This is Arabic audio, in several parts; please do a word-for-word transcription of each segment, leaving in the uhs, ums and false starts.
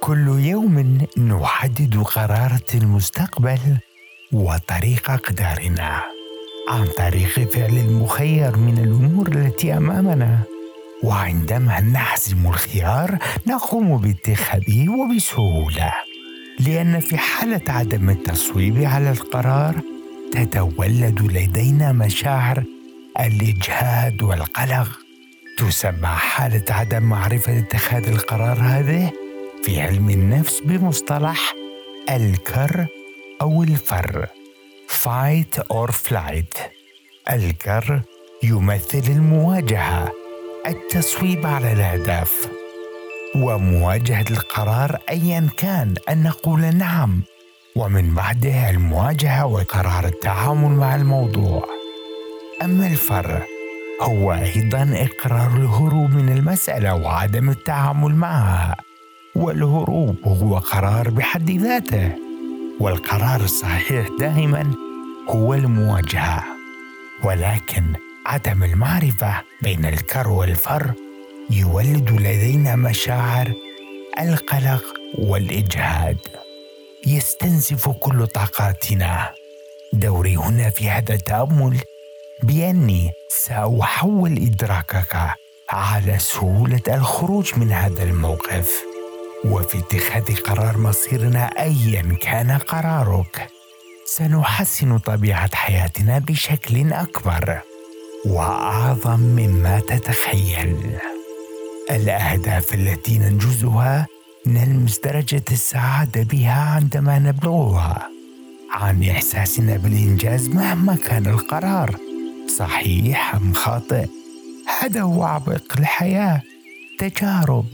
كل يوم نحدد قرارة المستقبل وطريق أقدارنا عن طريق فعل المخير من الأمور التي أمامنا، وعندما نحزم الخيار نقوم باتخاذه وبسهولة، لأن في حالة عدم التصويب على القرار تتولد لدينا مشاعر الإجهاد والقلق. تسمى حالة عدم معرفة اتخاذ القرار هذه في علم النفس بمصطلح الكر أو الفر fight or flight. الكر يمثل المواجهة، التصويب على الهدف ومواجهة القرار أيا كان، أن نقول نعم، ومن بعدها المواجهة وقرار التعامل مع الموضوع. أما الفر هو أيضا إقرار الهروب من المسألة وعدم التعامل معها، والهروب هو قرار بحد ذاته، والقرار الصحيح دائما هو المواجهة. ولكن عدم المعرفة بين الكر والفر يولد لدينا مشاعر القلق والإجهاد، يستنزف كل طاقاتنا. دوري هنا في هذا التأمل بأني سأحول إدراكك على سهولة الخروج من هذا الموقف، وفي اتخاذ قرار مصيرنا أيا كان قرارك سنحسن طبيعة حياتنا بشكل أكبر وأعظم مما تتخيل. الأهداف التي ننجزها نلمس درجة السعادة بها عندما نبلغها، عن إحساسنا بالإنجاز مهما كان القرار صحيح أم خاطئ. هذا هو عبق الحياة، تجارب.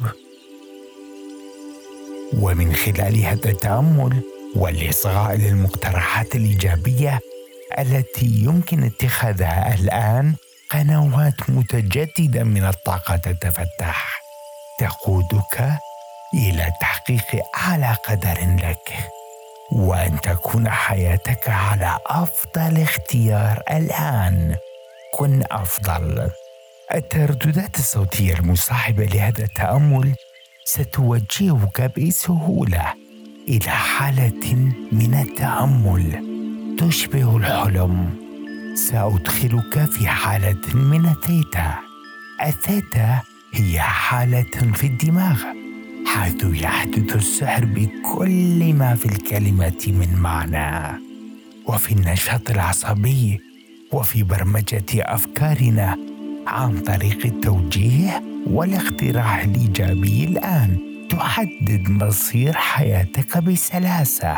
ومن خلال هذا التأمل والإصغاء للمقترحات الإيجابية التي يمكن اتخاذها الآن، قنوات متجددة من الطاقة تتفتح، تقودك إلى تحقيق أعلى قدر لك، وأن تكون حياتك على أفضل اختيار الآن. كن أفضل. الترددات الصوتية المصاحبة لهذا التأمل ستوجهك بسهولة إلى حالة من التأمل تشبه الحلم. سأدخلك في حالة من الثيتا. الثيتا هي حالة في الدماغ حيث يحدث السحر بكل ما في الكلمة من معنى، وفي النشاط العصبي، وفي برمجة أفكارنا عن طريق التوجيه والاقتراح الإيجابي. الآن تحدد مصير حياتك بسلاسة.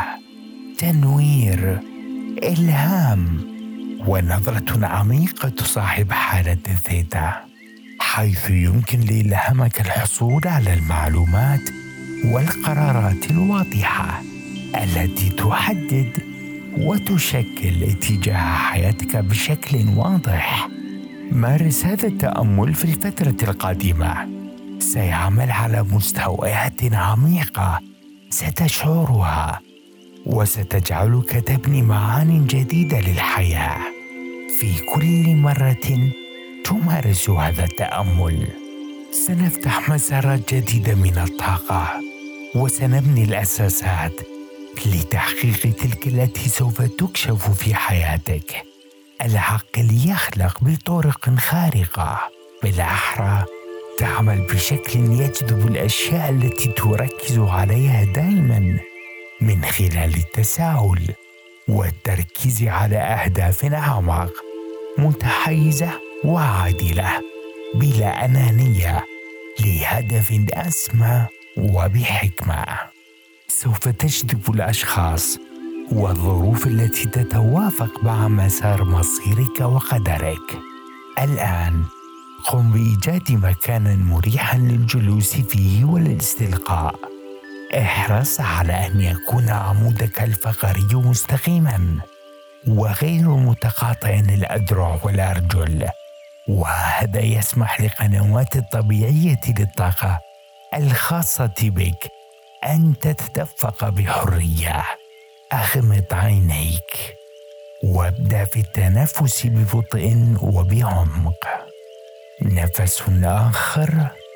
تنوير، إلهام، ونظرة عميقة تصاحب حالة الثيتا، حيث يمكن لإلهامك الحصول على المعلومات والقرارات الواضحة التي تحدد وتشكل اتجاه حياتك بشكل واضح. مارس هذا التأمل في الفترة القادمة، سيعمل على مستويات عميقة ستشعرها، وستجعلك تبني معان جديدة للحياة. في كل مرة تمارس هذا التأمل سنفتح مسارات جديدة من الطاقة، وسنبني الأساسات لتحقيق تلك التي سوف تكشف في حياتك. العقل يخلق بطرق خارقة، بالأحرى تعمل بشكل يجذب الأشياء التي تركز عليها دائما، من خلال التساؤل والتركيز على أهداف أعمق، متحيزة وعادلة، بلا أنانية، لهدف أسمى وبحكمة. سوف تجذب الأشخاص والظروف التي تتوافق مع مسار مصيرك وقدرك. الآن قم بإيجاد مكان مريح للجلوس فيه والاستلقاء. احرص على أن يكون عمودك الفقري مستقيما وغير متقاطع الأذرع والأرجل، وهذا يسمح لقنوات الطبيعية للطاقة الخاصة بك أن تتدفق بحرية. أغمض عينيك وابدأ في التنفس ببطء وبعمق. نفس آخر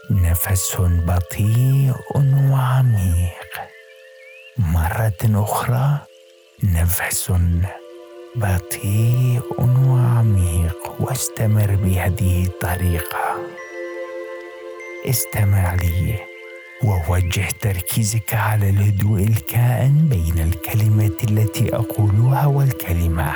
نفس بطيء وعميق. مرة أخرى، نفس بطيء وعميق، واستمر بهذه الطريقة. استمع لي ووجه تركيزك على الهدوء الكائن بين الكلمة التي أقولها والكلمة.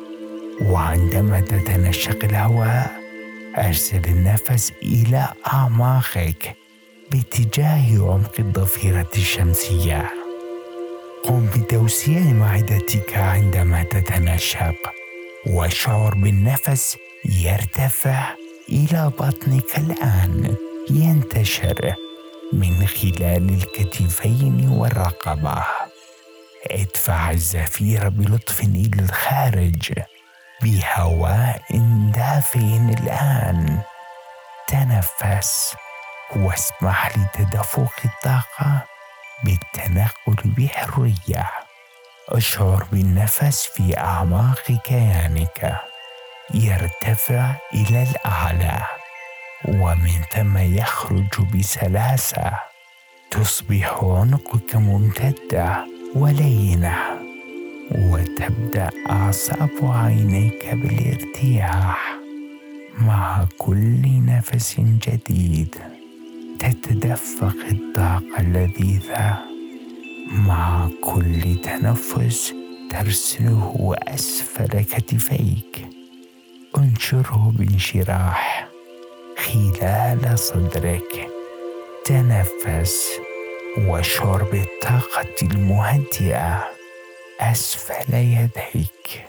وعندما تتنشق الهواء، أرسل النفس إلى أعماقك باتجاه عمق الضفيرة الشمسية. قم بتوسيع معدتك عندما تتنشق، واشعر بالنفس يرتفع إلى بطنك الآن، ينتشر من خلال الكتفين والرقبة. ادفع الزفير بلطف إلى الخارج بهواء دافئ الآن. تنفس واسمح لتدفق الطاقة بالتنقل بحرية. اشعر بالنفس في أعماق كيانك يرتفع إلى الأعلى، ومن ثم يخرج بسلاسة. تصبح عنقك ممتدة ولينة، وتبدأ أعصاب عينيك بالارتياح. مع كل نفس جديد تتدفق الطاقة اللذيذة. مع كل تنفس ترسله أسفل كتفيك. انشره بانشراح خلال صدرك. تنفس واشعر بالطاقة المهدئة أسفل يديك،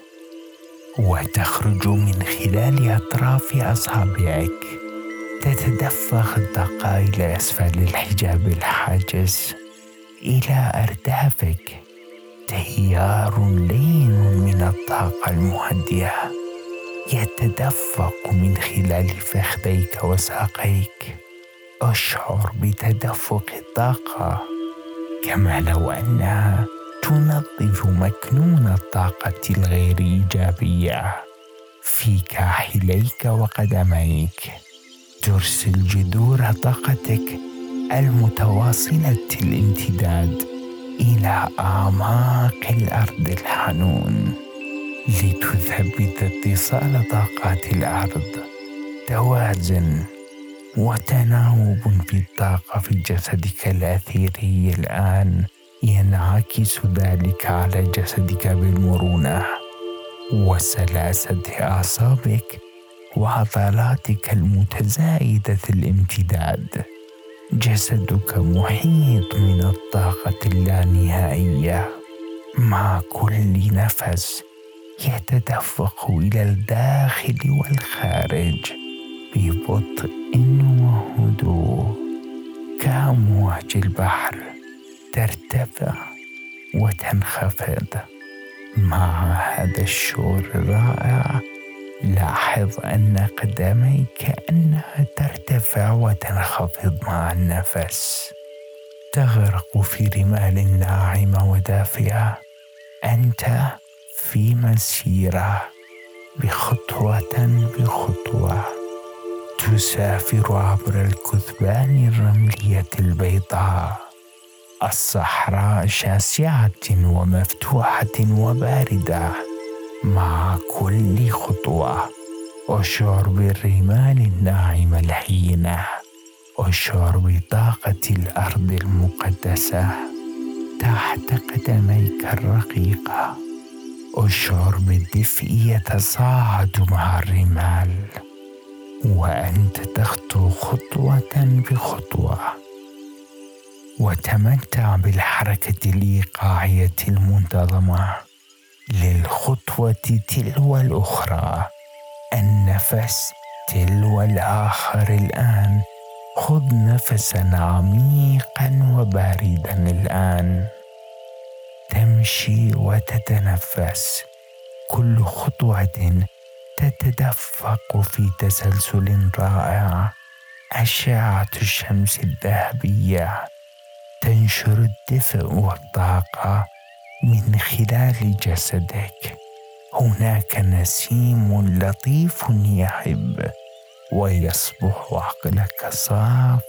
وتخرج من خلال أطراف أصابعك. تتدفق الطاقة إلى أسفل الحجاب الحاجز إلى أردافك. تيار لين من الطاقة المهدئة يتدفق من خلال فخذيك وساقيك. أشعر بتدفق الطاقة كما لو أنها تنظف مكنون الطاقة الغير إيجابية في كاحليك وقدميك. ترسل جذور طاقتك المتواصلة الامتداد إلى أعماق الأرض الحنون لتثبت اتصال طاقات الأرض. توازن وتناوب في الطاقة في جسدك الأثيري الآن ينعكس ذلك على جسدك بالمرونة وسلاسة أعصابك وعضلاتك المتزايدة الامتداد. جسدك محيط من الطاقة اللانهائية. مع كل نفس يتدفق إلى الداخل والخارج ببطء وهدوء كأمواج البحر، ترتفع وتنخفض. مع هذا الشعور الرائع لاحظ أن قدميك كأنها ترتفع وتنخفض مع النفس. تغرق في رمال ناعمة ودافئة. أنت في مسيرة، بخطوة بخطوة تسافر عبر الكثبان الرملية البيضاء. الصحراء شاسعة ومفتوحة وباردة. مع كل خطوة أشعر بالرمال الناعمة الهينة. أشعر بطاقة الأرض المقدسة تحت قدميك الرقيقة. أشعر بالدفء يتصاعد مع الرمال، وأنت تخطو خطوة بخطوة. وتمتع بالحركة الإيقاعية المنتظمة للخطوة تلو الأخرى، النفس تلو الآخر. الآن خذ نفسا عميقا وباردا. الآن تمشي وتتنفس، كل خطوة تتدفق في تسلسل رائع. أشعة الشمس الذهبية تنشر الدفء والطاقة من خلال جسدك. هناك نسيم لطيف يهب ويصبح عقلك صاف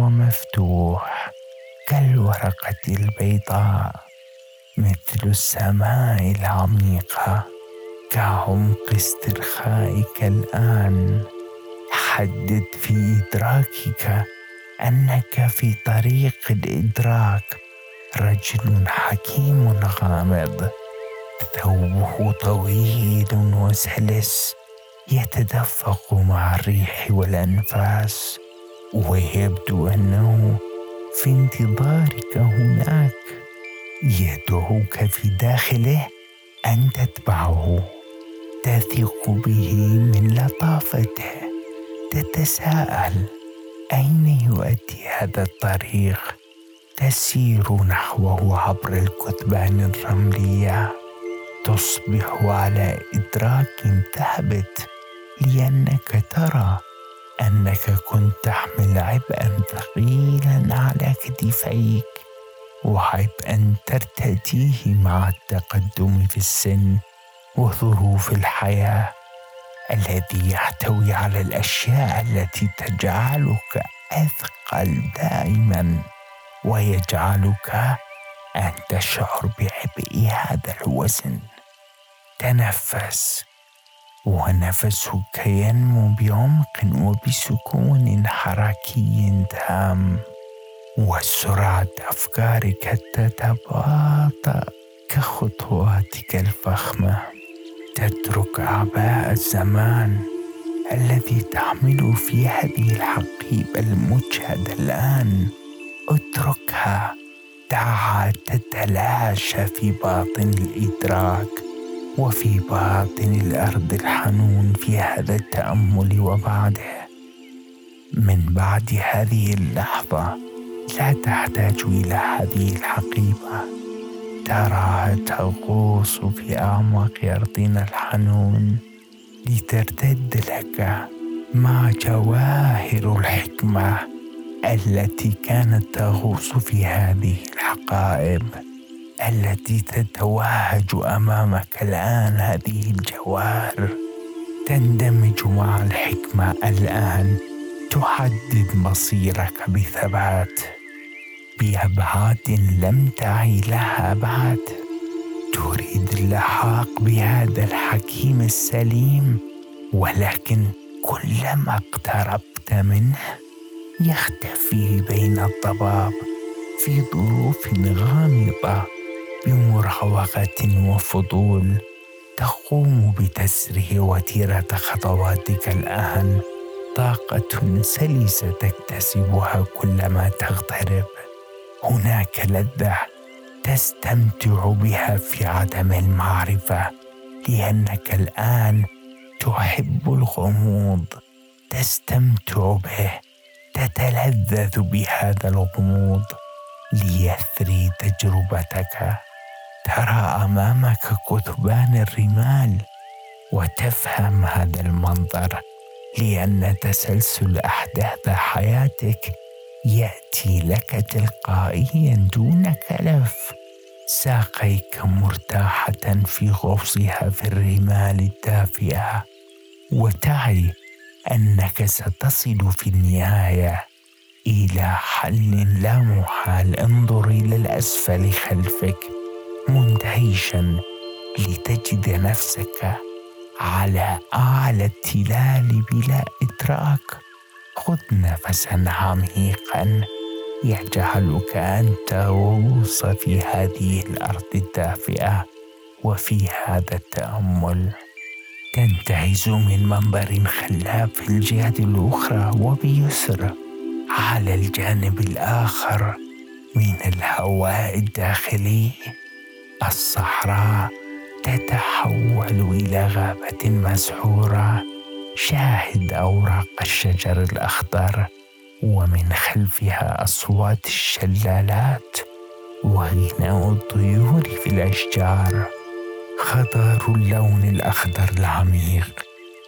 ومفتوح كالورقة البيضاء، مثل السماء العميقة، كعمق استرخائك الآن. حدد في إدراكك أنك في طريق الإدراك رجل حكيم غامض، ثوبه طويل وسلس يتدفق مع الريح والأنفاس، ويبدو أنه في انتظارك هناك، يدعوك في داخله أن تتبعه، تثق به من لطافته، تتساءل أين يؤدي هذا الطريق. تسير نحوه عبر الكثبان الرملية، تصبح على إدراك ثابت، لأنك ترى أنك كنت تحمل عبئا ثقيلا على كتفيك، وعبئا ترتديه مع التقدم في السن وظروف الحياة، الذي يحتوي على الأشياء التي تجعلك أثقل دائما، ويجعلك أن تشعر بعبء هذا الوزن. تنفس، ونفسك ينمو بعمق وبسكون حركي تام، وسرعة أفكارك تتباطأ كخطواتك الفخمة. تترك أعباء الزمان الذي تحمل في هذه الحقيبة المجهدة الآن، اتركها، دعها تتلاشى في باطن الإدراك وفي باطن الأرض الحنون في هذا التأمل وبعده. من بعد هذه اللحظة لا تحتاج إلى هذه الحقيبة، تراها تغوص في أعماق أرضنا الحنون لترتد لك مع جواهر الحكمة التي كانت تغوص في هذه الحقائب التي تتوهج أمامك الآن. هذه الجواهر تندمج مع الحكمة الآن، تحدد مصيرك بثبات بأبعاد لم تعي لها بعد. تريد اللحاق بهذا الحكيم السليم، ولكن كلما اقتربت منه يختفي بين الضباب في ظروف غامضة بمراوغة وفضول. تقوم بتسريع وتيرة خطواتك الآن، طاقة سلسة تكتسبها كلما تقترب. هناك لذة تستمتع بها في عدم المعرفة، لأنك الآن تحب الغموض، تستمتع به، تتلذذ بهذا الغموض ليثري تجربتك. ترى أمامك كثبان الرمال وتفهم هذا المنظر، لأن تسلسل أحداث حياتك يأتي لك تلقائيا دون كلف. ساقيك مرتاحة في غوصها في الرمال الدافئة، وتعي أنك ستصل في النهاية إلى حل لا محال. انظر إلى الأسفل خلفك مندهشا لتجد نفسك على أعلى التلال بلا إدراك. خذ نفسا عميقا يجعلك أن تغوص في هذه الأرض الدافئة وفي هذا التأمل. تنتهز من منظر خلاب في الجهة الأخرى وبيسر على الجانب الآخر من الهواء الداخلي. الصحراء تتحول إلى غابة مسحورة. شاهد أوراق الشجر الأخضر، ومن خلفها أصوات الشلالات وغناء الطيور في الأشجار. خضار اللون الأخضر العميق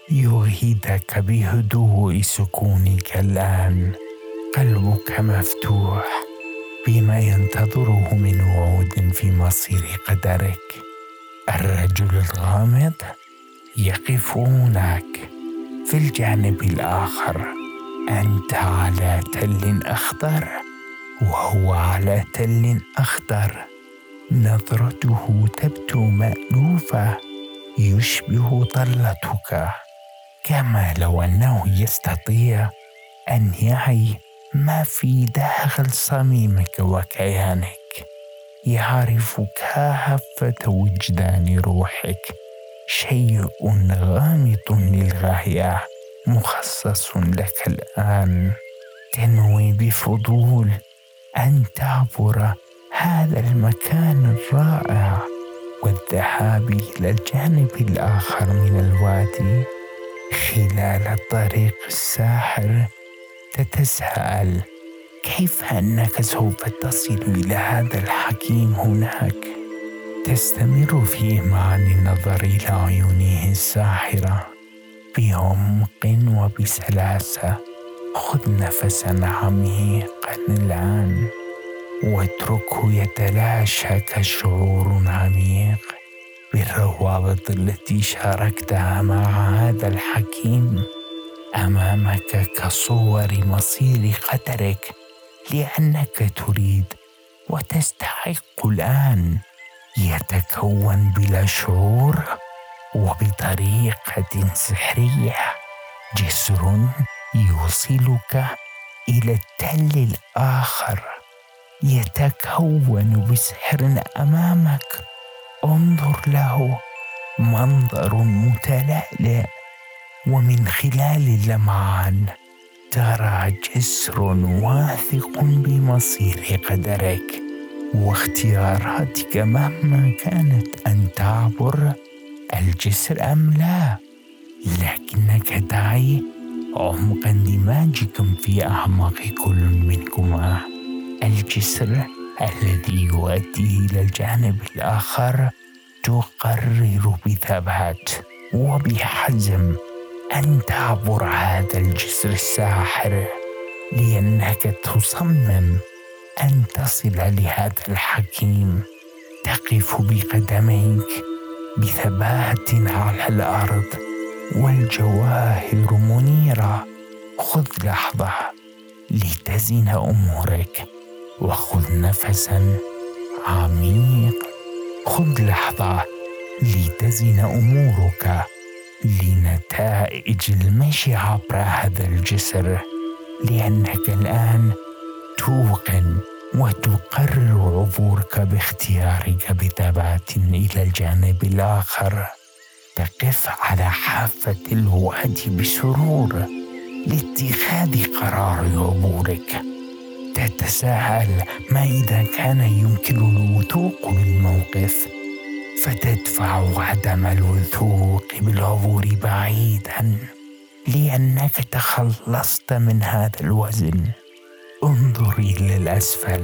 يغيدك بهدوء سكونك الآن. قلبك مفتوح بما ينتظره من وعود في مصير قدرك. الرجل الغامض يقف هناك في الجانب الآخر أنت على تل أخضر وهو على تل أخضر، نظرته تبدو مألوفة يشبه طلتك، كما لو أنه يستطيع أن يعي ما في داخل صميمك وكيانك، يعرف كافة وجدان روحك، شيء غامض للغاية مخصص لك الآن. تنوي بفضول أن تعبر هذا المكان الرائع والذهاب إلى الجانب الآخر من الوادي. خلال الطريق الساحر تتساءل كيف أنك سوف تصل إلى هذا الحكيم هناك. تستمر في معن النظر إلى عيونه الساحرة بعمق وبسلاسة. خذ نفسا عميقا الآن واتركه يتلاشى كشعور عميق بالروابط التي شاركتها مع هذا الحكيم أمامك كصور مصير قدرك، لأنك تريد وتستحق الآن. يتكون بلا شعور وبطريقة سحرية جسر يوصلك إلى التل الآخر، يتكون بسحر أمامك. انظر له، منظر متلألئ، ومن خلال اللمعان ترى جسر واثق بمصير قدرك واختياراتك مهما كانت أن تعبر الجسر أم لا. لكنك تعي عمقا دماغكم في أعماق كل منكما الجسر الذي يؤدي إلى الجانب الآخر. تقرر بثبات وبحزم أن تعبر هذا الجسر الساحر، لأنك تصمم أن تصل لهذا الحكيم. تقف بقدميك بثبات على الأرض والجواهر منيرة. خذ لحظة لتزن أمورك وخذ نفسا عميق. خذ لحظة لتزن أمورك لنتائج المشي عبر هذا الجسر، لأنك الآن توقن وتقرر عبورك باختيارك بثبات إلى الجانب الآخر. تقف على حافة الوادي بسرور لاتخاذ قرار عبورك. تتساءل ما إذا كان يمكن الوثوق بالموقف، فتدفع عدم الوثوق بالعبور بعيدا لأنك تخلصت من هذا الوزن. انظر إلى الأسفل.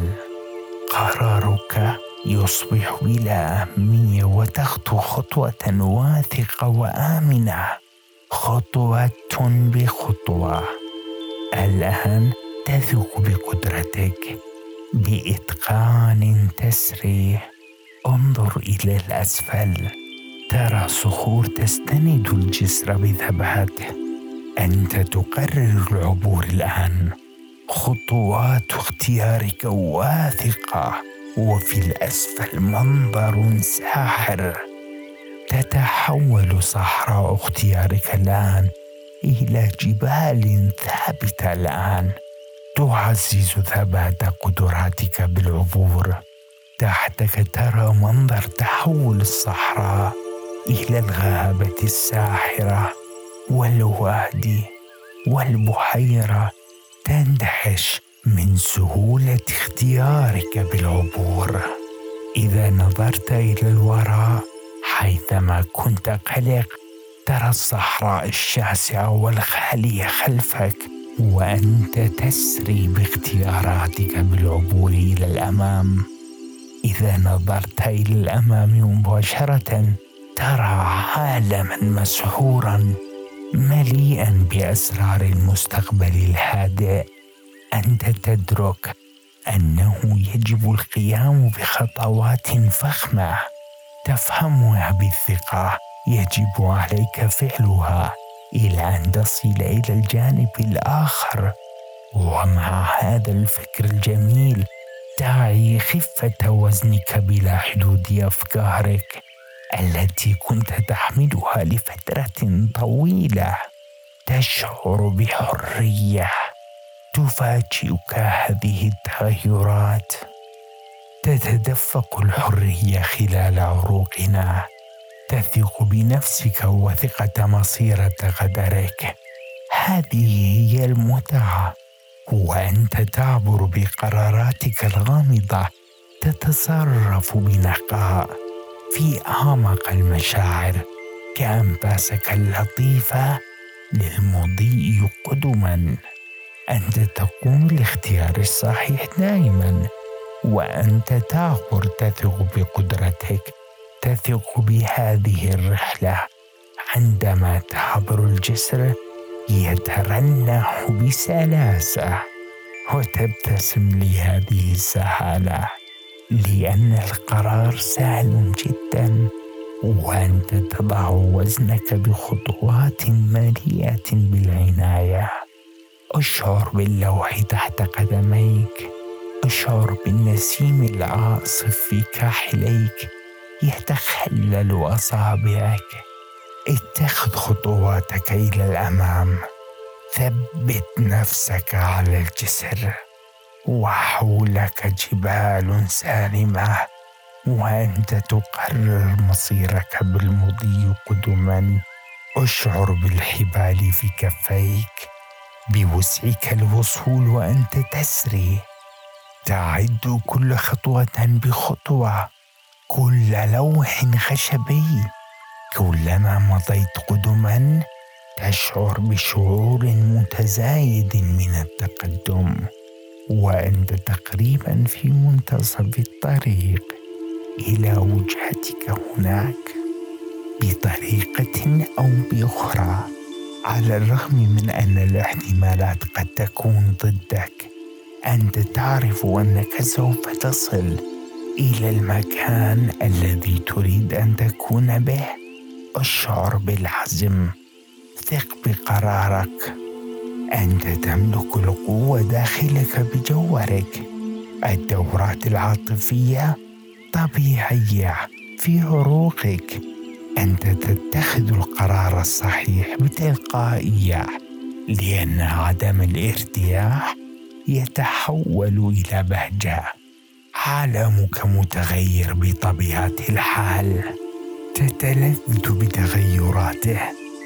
قرارك يصبح بلا أهمية وتخطو خطوة واثقة وآمنة، خطوة بخطوة. الآن تثق بقدرتك بإتقان تسري. انظر إلى الأسفل. ترى صخور تستند الجسر بثبات. أنت تقرر العبور الآن. خطوات اختيارك واثقة، وفي الأسفل منظر ساحر. تتحول صحراء اختيارك الآن إلى جبال ثابتة. الآن تعزز ثبات قدراتك بالعبور. تحتك ترى منظر تحول الصحراء إلى الغابة الساحرة والوادي والبحيرة. تندهش من سهولة اختيارك بالعبور. إذا نظرت إلى الوراء حيثما كنت قلق، ترى الصحراء الشاسعة والخالية خلفك، وأنت تسري باختياراتك بالعبور إلى الأمام. إذا نظرت إلى الأمام مباشرة ترى عالما مسحورا مليئا بأسرار المستقبل الهادئ. أنت تدرك أنه يجب القيام بخطوات فخمة تفهمها بالثقة. يجب عليك فعلها إلى أن تصل إلى الجانب الآخر. ومع هذا الفكر الجميل تعي خفة وزنك بلا حدود أفكارك التي كنت تحملها لفترة طويلة. تشعر بحرية تفاجئك هذه التغيرات. تتدفق الحرية خلال عروقنا. تثق بنفسك وثقة مصيرة قدرك. هذه هي المتعة. وأنت تعبر بقراراتك الغامضة. تتصرف بنقاء في أعمق المشاعر كأنفاسك اللطيفة للمضي قدما. أنت تقوم بالاختيار الصحيح دائما. وأنت تعبر تثق بقدرتك. تثق بهذه الرحلة. عندما تعبر الجسر يترنح بسلاسة وتبتسم لهذه السهالة، لأن القرار سهل جدا. وأنت تضع وزنك بخطوات مليئة بالعناية. أشعر باللوح تحت قدميك. أشعر بالنسيم العاصف في كاحليك يتخلل أصابعك. اتخذ خطواتك إلى الأمام. ثبت نفسك على الجسر وحولك جبال سالمة. وأنت تقرر مصيرك بالمضي قدما. أشعر بالحبال في كفيك. بوسعك الوصول وأنت تسري. تعد كل خطوة بخطوة. كل لوح خشبي. كلما مضيت قدما تشعر بشعور متزايد من التقدم. وأنت تقريبا في منتصف الطريق إلى وجهتك هناك بطريقة أو بأخرى. على الرغم من أن الاحتمالات قد تكون ضدك، أنت تعرف أنك سوف تصل إلى المكان الذي تريد أن تكون به. أشعر بالعزم. ثق بقرارك. أنت تملك القوة داخلك بجوهرك. الدورات العاطفية طبيعية في عروقك. أنت تتخذ القرار الصحيح بتلقائية، لأن عدم الارتياح يتحول إلى بهجة. عالمك متغير بطبيعة الحال. تتلذذ بتغيراته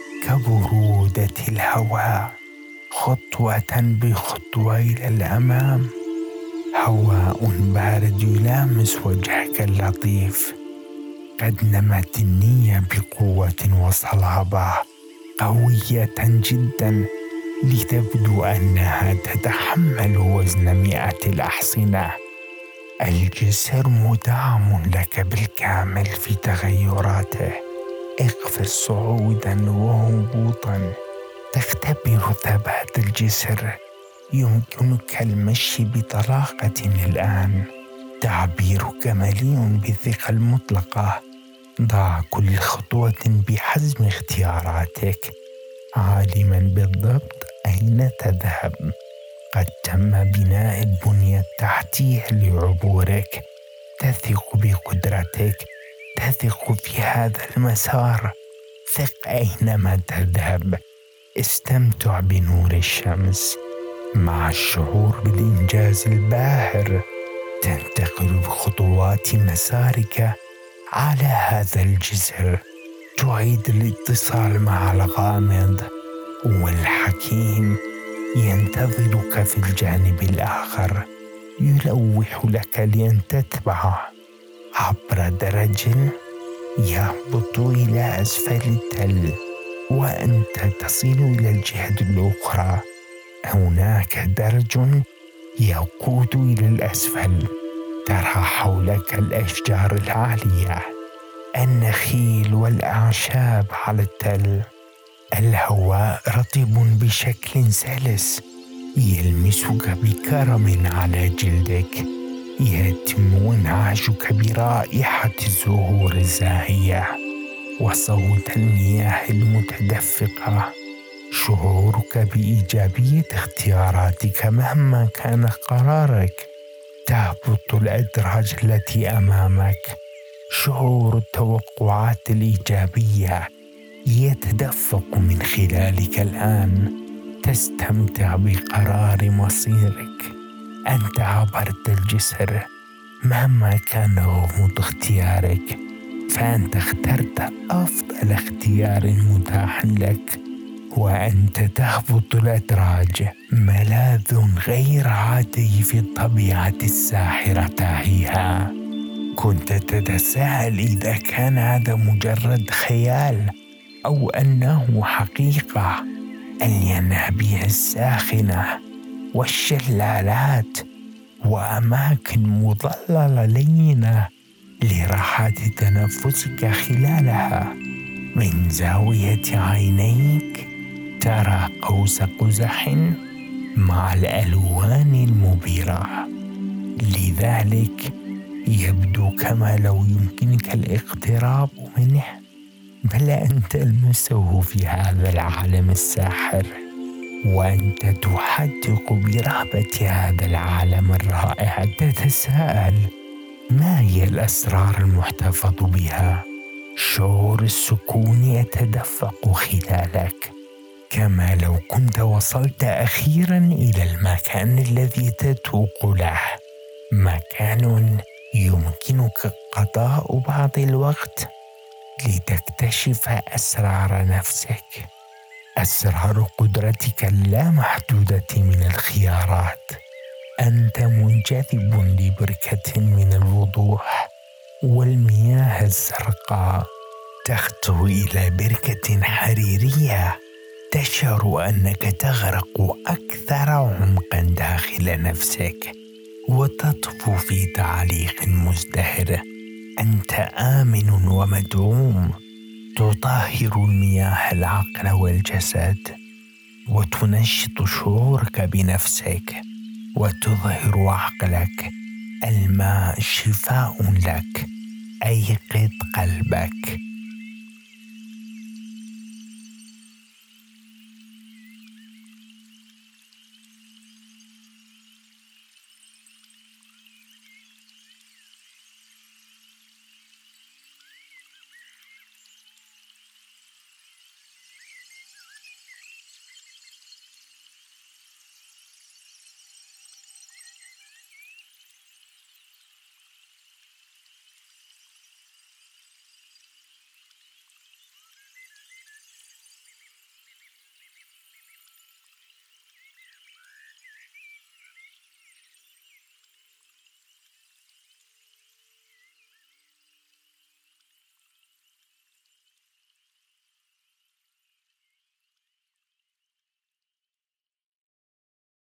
كبرودة الهواء. خطوة بخطوة إلى الأمام. هواء بارد يلامس وجهك اللطيف. قد نمت النية بقوة وصلابة قوية جدا لتبدو أنها تتحمل وزن مئة الأحصنة. الجسر مدعم لك بالكامل في تغيراته. اقفز صعودا وهبوطا. تختبر ثبات الجسر. يمكنك المشي بطلاقة الآن. تعبيرك مليء بالثقة المطلقة. ضع كل خطوة بحزم اختياراتك، عالما بالضبط أين تذهب. قد تم بناء البنية التحتية لعبورك. تثق بقدرتك. تثق في هذا المسار. ثق أينما تذهب. استمتع بنور الشمس. مع الشعور بالإنجاز الباهر تنتقل بخطوات مسارك على هذا الجسر. تعيد الاتصال مع الغامض، والحكيم ينتظرك في الجانب الآخر، يلوح لك لأن تتبعه عبر درج يهبط إلى أسفل التل. وأنت تصل إلى الجهة الأخرى. هناك درج يقود إلى الأسفل. ترى حولك الأشجار العالية، النخيل والأعشاب على التل. الهواء رطب بشكل سلس يلمسك بكرم على جلدك. يتم إنعاشك برائحة الزهور الزاهية وصوت المياه المتدفقة. شعورك بإيجابية اختياراتك مهما كان قرارك. تهبط الأدراج التي أمامك. شعور التوقعات الإيجابية يتدفق من خلالك الآن. تستمتع بقرار مصيرك. أنت عبرت الجسر. مهما كان غموض اختيارك فأنت اخترت أفضل اختيار متاح لك. وأنت تهبط الأدراج ملاذ غير عادي في الطبيعة الساحرة تاعها. كنت تتساءل إذا كان هذا مجرد خيال أو أنه حقيقة. الينابيع الساخنة والشلالات وأماكن مظللة لينة لراحة تنفسك خلالها. من زاوية عينيك ترى قوس قزح مع الألوان المبهرة، لذلك يبدو كما لو يمكنك الاقتراب منه، بل أن تلمسه في هذا العالم الساحر، وأنت تحدق برهبة هذا العالم الرائع. تتساءل ما هي الأسرار المحتفظ بها؟ شعور السكون يتدفق خلالك، كما لو كنت وصلت أخيرا إلى المكان الذي تتوق له، مكان يمكنك قضاء بعض الوقت لتكتشف أسرار نفسك، أسرار قدرتك اللامحدودة من الخيارات. أنت منجذب لبركة من الوضوح والمياه الزرقاء. تخطو إلى بركة حريرية، تشعر أنك تغرق أكثر عمقا داخل نفسك وتطفو في تعليق مزدهر. أنت آمن ومدعوم. تطهر المياه العقل والجسد وتنشط شعورك بنفسك، وتظهر عقلك الماء شفاء لك. أيقظ قلبك.